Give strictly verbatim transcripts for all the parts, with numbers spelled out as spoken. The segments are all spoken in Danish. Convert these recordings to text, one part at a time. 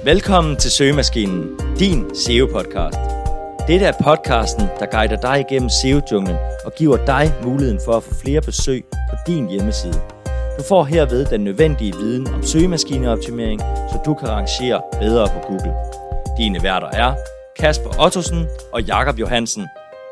Velkommen til Søgemaskinen, din S E O-podcast. Dette er podcasten, der guider dig igennem S E O-junglen og giver dig muligheden for at få flere besøg på din hjemmeside. Du får herved den nødvendige viden om søgemaskineoptimering, så du kan rangere bedre på Google. Dine værter er Kasper Ottosen og Jakob Johansen.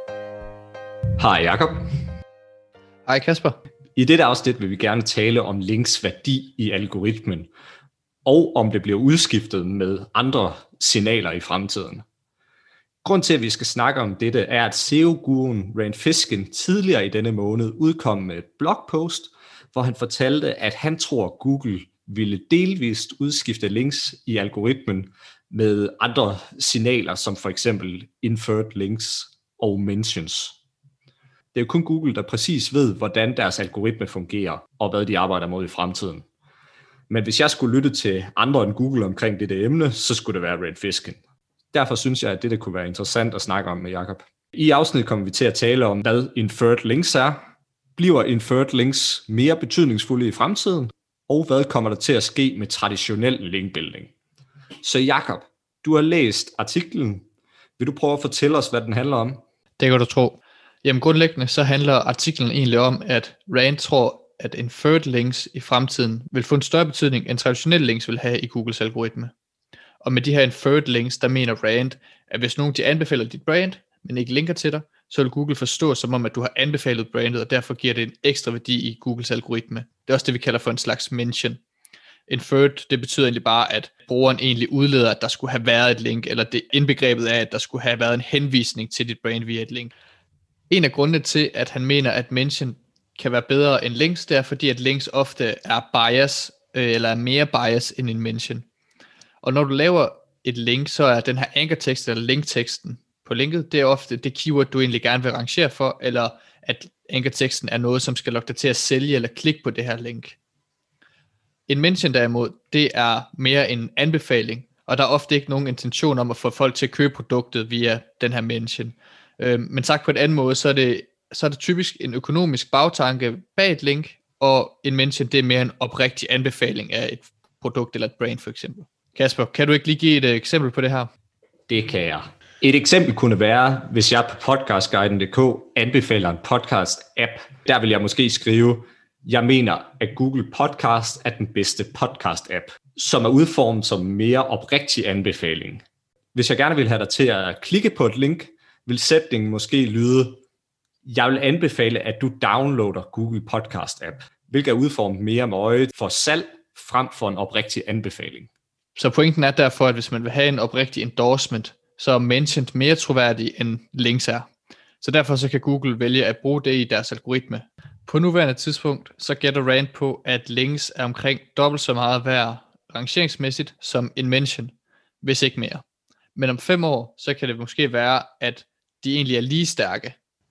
Hej Jakob. Hej Kasper. I dette afsnit vil vi gerne tale om links værdi i algoritmen, og om det bliver udskiftet med andre signaler i fremtiden. Grund til, at vi skal snakke om dette, er, at S E O-guruen Rand Fishkin tidligere i denne måned udkom med et blogpost, hvor han fortalte, at han tror, Google ville delvist udskifte links i algoritmen med andre signaler, som for eksempel inferred links og mentions. Det er jo kun Google, der præcis ved, hvordan deres algoritme fungerer, og hvad de arbejder mod i fremtiden. Men hvis jeg skulle lytte til andre end Google omkring dette emne, så skulle det være Rand Fishkin. Derfor synes jeg, at det kunne være interessant at snakke om med Jakob. I afsnittet kommer vi til at tale om, hvad inferred links er. Bliver inferred links mere betydningsfulde i fremtiden? Og hvad kommer der til at ske med traditionel linkbuilding? Så Jakob, du har læst artiklen. Vil du prøve at fortælle os, hvad den handler om? Det kan du tro. Jamen grundlæggende så handler artiklen egentlig om, at Rand tror, at inferred links i fremtiden vil få en større betydning, end traditionelle links vil have i Googles algoritme. Og med de her inferred links, der mener Rand, at hvis nogen de anbefaler dit brand, men ikke linker til dig, så vil Google forstå som om, at du har anbefalet brandet, og derfor giver det en ekstra værdi i Googles algoritme. Det er også det, vi kalder for en slags mention. Inferred, det betyder egentlig bare, at brugeren egentlig udleder, at der skulle have været et link, eller det indbegrebet af, at der skulle have været en henvisning til dit brand via et link. En af grundene til, at han mener, at mention kan være bedre end links, det er fordi, at links ofte er bias, øh, eller er mere bias end en mention. Og når du laver et link, så er den her ankertekst eller linkteksten på linket, det er ofte det keyword, du egentlig gerne vil rangere for, eller at ankerteksten er noget, som skal lokke dig til at sælge eller klikke på det her link. En mention derimod, det er mere en anbefaling, og der er ofte ikke nogen intention om at få folk til at købe produktet via den her mention. Øh, men sagt på en anden måde, så er det så er det typisk en økonomisk bagtanke bag et link, og en mention, det er mere en oprigtig anbefaling af et produkt eller et brand for eksempel. Kasper, kan du ikke lige give et eksempel på det her? Det kan jeg. Et eksempel kunne være, hvis jeg på podcastguiden punktum d k anbefaler en podcast-app. Der vil jeg måske skrive, jeg mener, at Google Podcast er den bedste podcast-app, som er udformet som mere oprigtig anbefaling. Hvis jeg gerne vil have dig til at klikke på et link, vil sætningen måske lyde, jeg vil anbefale, at du downloader Google Podcast App, hvilket er udformet mere med øje for salg frem for en oprigtig anbefaling. Så pointen er derfor, at hvis man vil have en oprigtig endorsement, så er mentioned mere troværdig end links er. Så derfor så kan Google vælge at bruge det i deres algoritme. På nuværende tidspunkt, så gætter Rand på, at links er omkring dobbelt så meget værd rangeringsmæssigt som en mention, hvis ikke mere. Men om fem år, så kan det måske være, at de egentlig er lige stærke.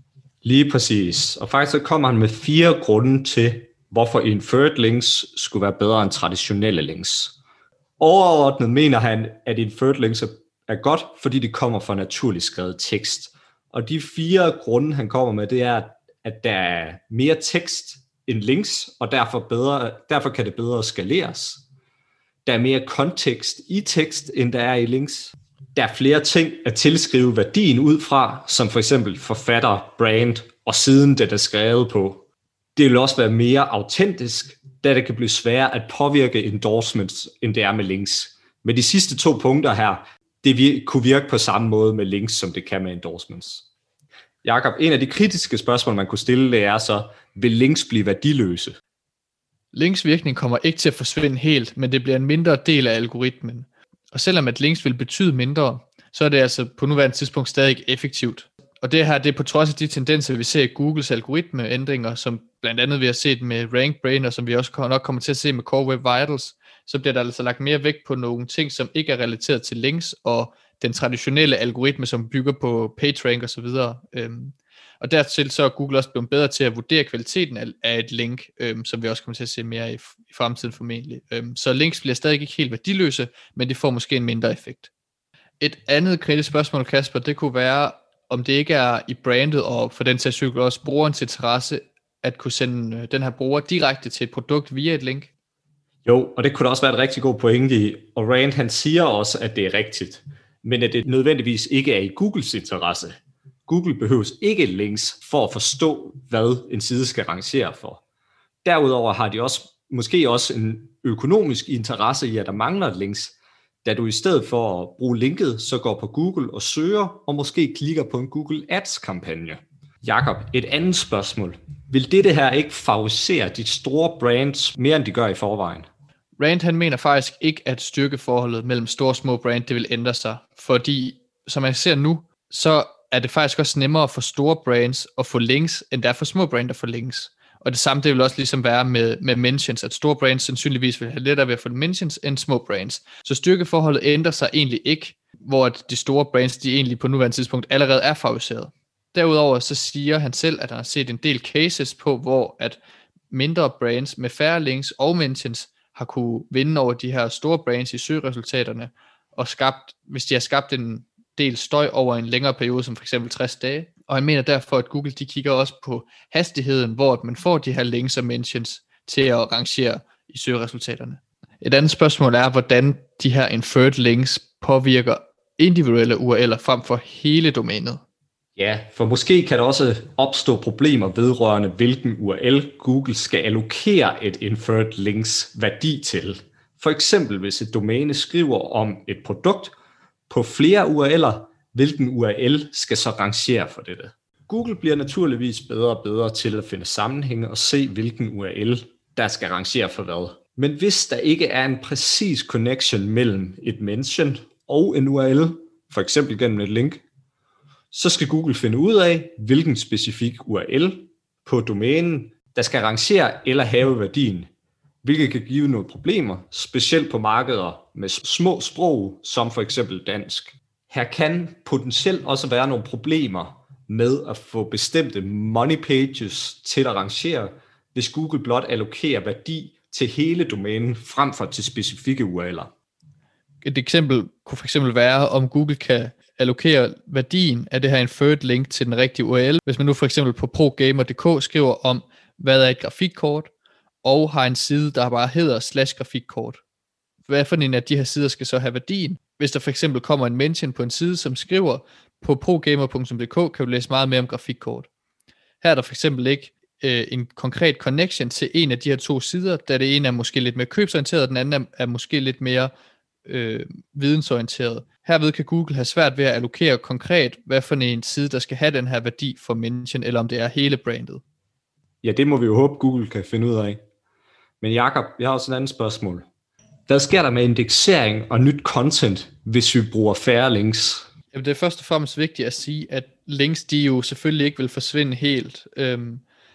Lige præcis. Og faktisk så kommer han med fire grunde til, hvorfor inferred links skulle være bedre end traditionelle links. Overordnet mener han, at inferred links er godt, fordi det kommer fra naturligt skrevet tekst. Og de fire grunde, han kommer med, det er, at der er mere tekst end links, og derfor, bedre, derfor kan det bedre skaleres. Der er mere kontekst i tekst, end der er i links. Der er flere ting at tilskrive værdien ud fra, som for eksempel forfatter, brand og siden det er skrevet på. Det vil også være mere autentisk, da det kan blive sværere at påvirke endorsements, end det er med links. Men de sidste to punkter her, det vir- kunne virke på samme måde med links, som det kan med endorsements. Jakob, en af de kritiske spørgsmål, man kunne stille, det er så, vil links blive værdiløse? Links virkning kommer ikke til at forsvinde helt, men det bliver en mindre del af algoritmen. Og selvom at links vil betyde mindre, så er det altså på nuværende tidspunkt stadig effektivt. Og det her, det er på trods af de tendenser, vi ser i Googles algoritmeændringer, som blandt andet vi har set med RankBrain, og som vi også nok kommer til at se med Core Web Vitals, så bliver der altså lagt mere vægt på nogle ting, som ikke er relateret til links, og den traditionelle algoritme, som bygger på PageRank og så videre. Og dertil så er Google også blevet bedre til at vurdere kvaliteten af et link, øhm, som vi også kommer til at se mere i, i fremtiden formentlig. Øhm, så links bliver stadig ikke helt værdiløse, men de får måske en mindre effekt. Et andet kritisk spørgsmål, Kasper, det kunne være, om det ikke er i brandet, og for den sags skyld også brugerens interesse, at kunne sende den her bruger direkte til et produkt via et link. Jo, og det kunne da også være et rigtig god pointe i, og Rand han siger også, at det er rigtigt, men at det nødvendigvis ikke er i Googles interesse. Google behøves ikke links for at forstå, hvad en side skal rangere for. Derudover har de også måske også en økonomisk interesse i, at der mangler links, da du i stedet for at bruge linket, så går på Google og søger, og måske klikker på en Google Ads-kampagne. Jakob, et andet spørgsmål. Vil dette her ikke favorisere de store brands mere, end de gør i forvejen? Rand han mener faktisk ikke, at styrkeforholdet mellem store og små brand, det vil ændre sig. Fordi, som man ser nu, så er det faktisk også nemmere for store brands at få links, end det er for små brands at få links. Og det samme, det vil også ligesom være med, med mentions, at store brands sandsynligvis vil have lettere ved at få mentions end små brands. Så styrkeforholdet ændrer sig egentlig ikke, hvor de store brands, de egentlig på nuværende tidspunkt allerede er favoriseret. Derudover så siger han selv, at han har set en del cases på, hvor at mindre brands med færre links og mentions har kunne vinde over de her store brands i søgeresultaterne, og skabt, hvis de har skabt en del støj over en længere periode, som for eksempel tres dage. Og han mener derfor, at Google de kigger også på hastigheden, hvor man får de her links og mentions til at rangere i søgeresultaterne. Et andet spørgsmål er, hvordan de her inferred links påvirker individuelle U R L'er frem for hele domænet. Ja, for måske kan der også opstå problemer vedrørende, hvilken U R L Google skal allokere et inferred links værdi til. For eksempel hvis et domæne skriver om et produkt på flere U R L'er, hvilken U R L skal så rangere for dette. Google bliver naturligvis bedre og bedre til at finde sammenhænge og se, hvilken U R L der skal rangere for hvad. Men hvis der ikke er en præcis connection mellem et mention og en U R L, for eksempel gennem et link, så skal Google finde ud af, hvilken specifik U R L på domænen, der skal rangere eller have værdien, hvilket kan give nogle problemer, specielt på markeder med små sprog, som for eksempel dansk. Her kan potentielt også være nogle problemer med at få bestemte money pages til at rangere, hvis Google blot allokerer værdi til hele domænen frem for til specifikke U R L'er. Et eksempel kunne for eksempel være, om Google kan allokere værdien af det her inferred link til den rigtige U R L. Hvis man nu for eksempel på progamer punktum d k skriver om, hvad er et grafikkort, og har en side, der bare hedder slash grafikkort. Hvad for en af de her sider skal så have værdien? Hvis der for eksempel kommer en mention på en side, som skriver, på progamer punktum d k kan du læse meget mere om grafikkort. Her er der for eksempel ikke øh, en konkret connection til en af de her to sider, da det ene er måske lidt mere købsorienteret, og den anden er, er måske lidt mere øh, vidensorienteret. Herved kan Google have svært ved at allokere konkret, hvad for en side, der skal have den her værdi for mention, eller om det er hele brandet. Ja, det må vi jo håbe, Google kan finde ud af. Men Jakob, jeg har også et andet spørgsmål. Hvad sker der med indeksering og nyt content, hvis vi bruger færre links? Jamen, det er først og fremmest vigtigt at sige, at links, de jo selvfølgelig ikke vil forsvinde helt. Øhm,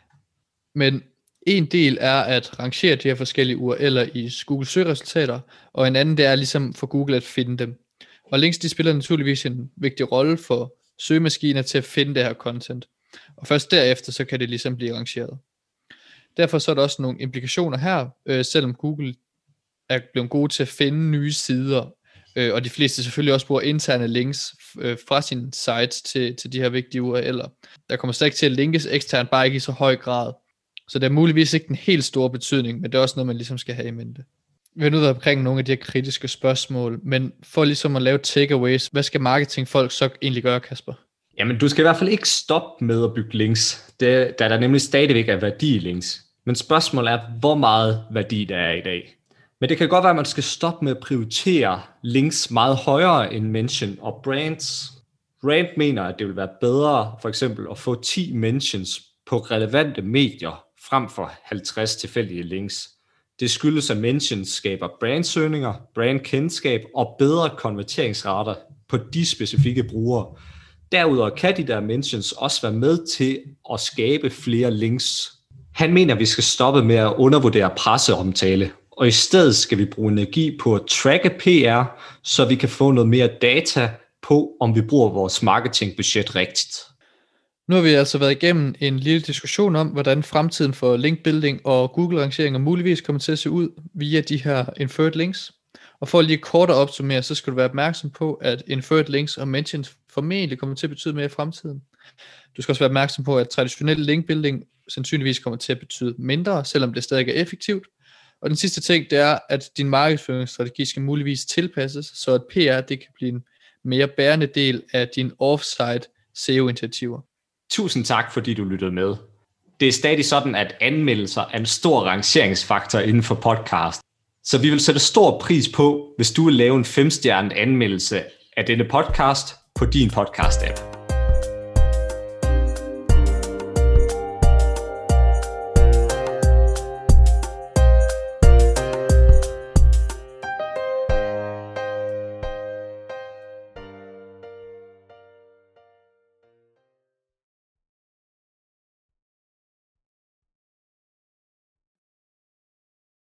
men en del er at rangere de her forskellige U R L'er i Google søgeresultater, og en anden det er ligesom for Google at finde dem. Og links, de spiller naturligvis en vigtig rolle for søgemaskiner til at finde det her content. Og først derefter, så kan det ligesom blive rangeret. Derfor så er der også nogle implikationer her, øh, selvom Google er blevet gode til at finde nye sider, øh, og de fleste selvfølgelig også bruger interne links øh, fra sine sites til, til de her vigtige U R L'er. Der kommer stadig til at linkes eksternt, bare ikke i så høj grad. Så det er muligvis ikke en helt stor betydning, men det er også noget, man ligesom skal have i mente. Vi har nu været omkring nogle af de her kritiske spørgsmål, men for ligesom at lave takeaways, hvad skal marketingfolk så egentlig gøre, Kasper? Jamen, du skal i hvert fald ikke stoppe med at bygge links, det, da der nemlig stadigvæk er værdi i links. Men spørgsmålet er, hvor meget værdi der er i dag. Men det kan godt være, at man skal stoppe med at prioritere links meget højere end mention og brands. Rand mener, at det vil være bedre for eksempel at få ti mentions på relevante medier frem for halvtreds tilfældige links. Det skyldes, at mentions skaber brandsøgninger, brandkendskab og bedre konverteringsrater på de specifikke brugere. Derudover kan de der mentions også være med til at skabe flere links. Han mener, at vi skal stoppe med at undervurdere presseomtale, og i stedet skal vi bruge energi på at tracke P R, så vi kan få noget mere data på, om vi bruger vores marketingbudget rigtigt. Nu har vi altså været igennem en lille diskussion om, hvordan fremtiden for linkbuilding og Google-rangeringer muligvis kommer til at se ud via de her inferred links. Og for lige kort at opsummere, så skal du være opmærksom på, at inferred links og mentions formentlig kommer til at betyde mere i fremtiden. Du skal også være opmærksom på, at traditionel linkbuilding sandsynligvis kommer til at betyde mindre, selvom det stadig er effektivt. Og den sidste ting, det er, at din markedsføringsstrategi skal muligvis tilpasses, så at P R det kan blive en mere bærende del af din offsite S E O-initiativer. Tusind tak, fordi du lyttede med. Det er stadig sådan, at anmeldelser er en stor rangeringsfaktor inden for podcast. Så vi vil sætte stor pris på, hvis du vil lave en femstjernet anmeldelse af denne podcast på din podcast-app.